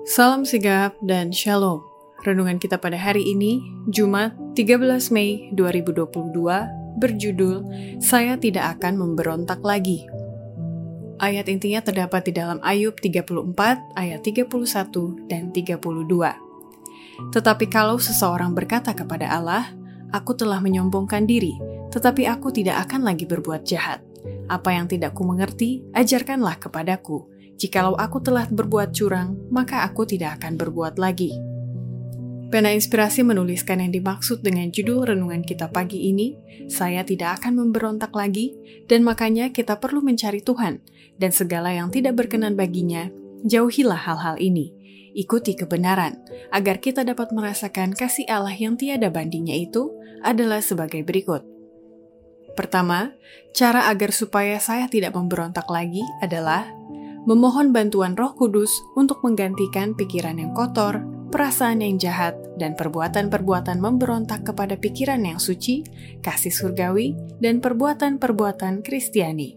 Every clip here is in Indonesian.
Salam sigap dan shalom. Renungan kita pada hari ini, Jumat 13 Mei 2022, berjudul Saya Tidak Akan Memberontak Lagi. Ayat intinya terdapat di dalam Ayub 34 ayat 31 dan 32. Tetapi kalau seseorang berkata kepada Allah, "Aku telah menyombongkan diri, tetapi aku tidak akan lagi berbuat jahat. Apa yang tidak kumengerti, ajarkanlah kepadaku. Jikalau aku telah berbuat curang, maka aku tidak akan berbuat lagi." Pena Inspirasi menuliskan yang dimaksud dengan judul renungan kita pagi ini, "Saya tidak akan memberontak lagi," dan makanya kita perlu mencari Tuhan, dan segala yang tidak berkenan baginya, jauhilah hal-hal ini. Ikuti kebenaran, agar kita dapat merasakan kasih Allah yang tiada bandingnya itu adalah sebagai berikut. Pertama, cara agar supaya saya tidak memberontak lagi adalah memohon bantuan Roh Kudus untuk menggantikan pikiran yang kotor, perasaan yang jahat, dan perbuatan-perbuatan memberontak kepada pikiran yang suci, kasih surgawi, dan perbuatan-perbuatan Kristiani.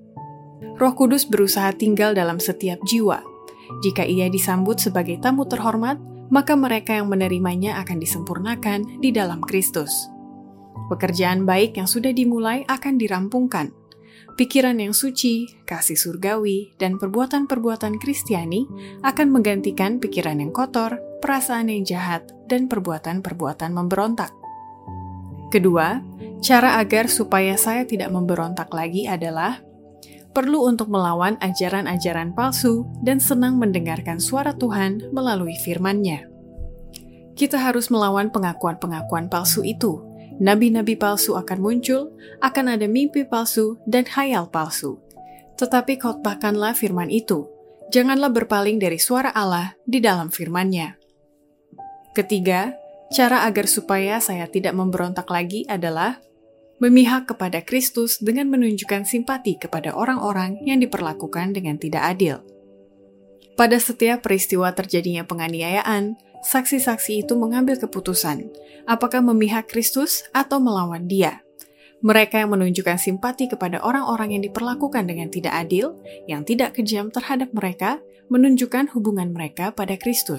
Roh Kudus berusaha tinggal dalam setiap jiwa. Jika ia disambut sebagai tamu terhormat, maka mereka yang menerimanya akan disempurnakan di dalam Kristus. Pekerjaan baik yang sudah dimulai akan dirampungkan. Pikiran yang suci, kasih surgawi, dan perbuatan-perbuatan Kristiani akan menggantikan pikiran yang kotor, perasaan yang jahat, dan perbuatan-perbuatan memberontak. Kedua, cara agar supaya saya tidak memberontak lagi adalah perlu untuk melawan ajaran-ajaran palsu dan senang mendengarkan suara Tuhan melalui firman-Nya. Kita harus melawan pengakuan-pengakuan palsu itu. Nabi-nabi palsu akan muncul, akan ada mimpi palsu dan khayal palsu. Tetapi khotbahkanlah firman itu. Janganlah berpaling dari suara Allah di dalam firman-Nya. Ketiga, cara agar supaya saya tidak memberontak lagi adalah memihak kepada Kristus dengan menunjukkan simpati kepada orang-orang yang diperlakukan dengan tidak adil. Pada setiap peristiwa terjadinya penganiayaan, saksi-saksi itu mengambil keputusan, apakah memihak Kristus atau melawan Dia. Mereka yang menunjukkan simpati kepada orang-orang yang diperlakukan dengan tidak adil, yang tidak kejam terhadap mereka, menunjukkan hubungan mereka pada Kristus.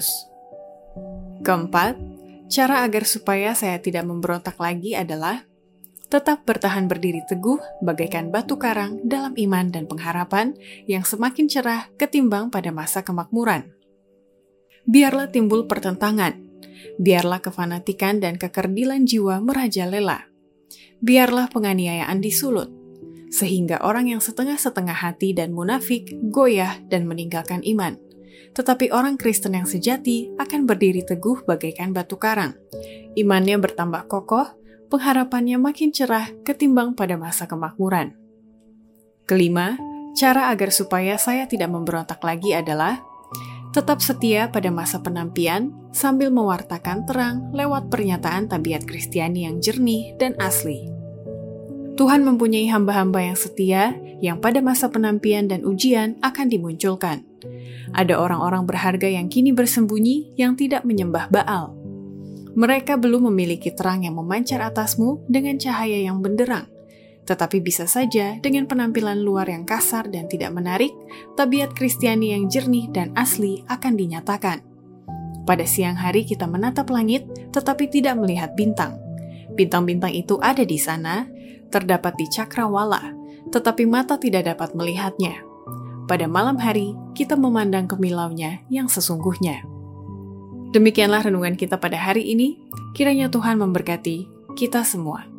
Keempat, cara agar supaya saya tidak memberontak lagi adalah tetap bertahan berdiri teguh bagaikan batu karang dalam iman dan pengharapan yang semakin cerah ketimbang pada masa kemakmuran. Biarlah timbul pertentangan, biarlah kefanatikan dan kekerdilan jiwa merajalela, biarlah penganiayaan disulut, sehingga orang yang setengah-setengah hati dan munafik goyah dan meninggalkan iman. Tetapi orang Kristen yang sejati akan berdiri teguh bagaikan batu karang. Imannya bertambah kokoh, pengharapannya makin cerah ketimbang pada masa kemakmuran. Kelima, cara agar supaya saya tidak memberontak lagi adalah tetap setia pada masa penantian sambil mewartakan terang lewat pernyataan tabiat Kristiani yang jernih dan asli. Tuhan mempunyai hamba-hamba yang setia yang pada masa penantian dan ujian akan dimunculkan. Ada orang-orang berharga yang kini bersembunyi yang tidak menyembah Baal. Mereka belum memiliki terang yang memancar atasmu dengan cahaya yang benderang. Tetapi bisa saja dengan penampilan luar yang kasar dan tidak menarik, tabiat Kristiani yang jernih dan asli akan dinyatakan. Pada siang hari kita menatap langit, tetapi tidak melihat bintang. Bintang-bintang itu ada di sana, terdapat di cakrawala, tetapi mata tidak dapat melihatnya. Pada malam hari, kita memandang kemilaunya yang sesungguhnya. Demikianlah renungan kita pada hari ini. Kiranya Tuhan memberkati kita semua.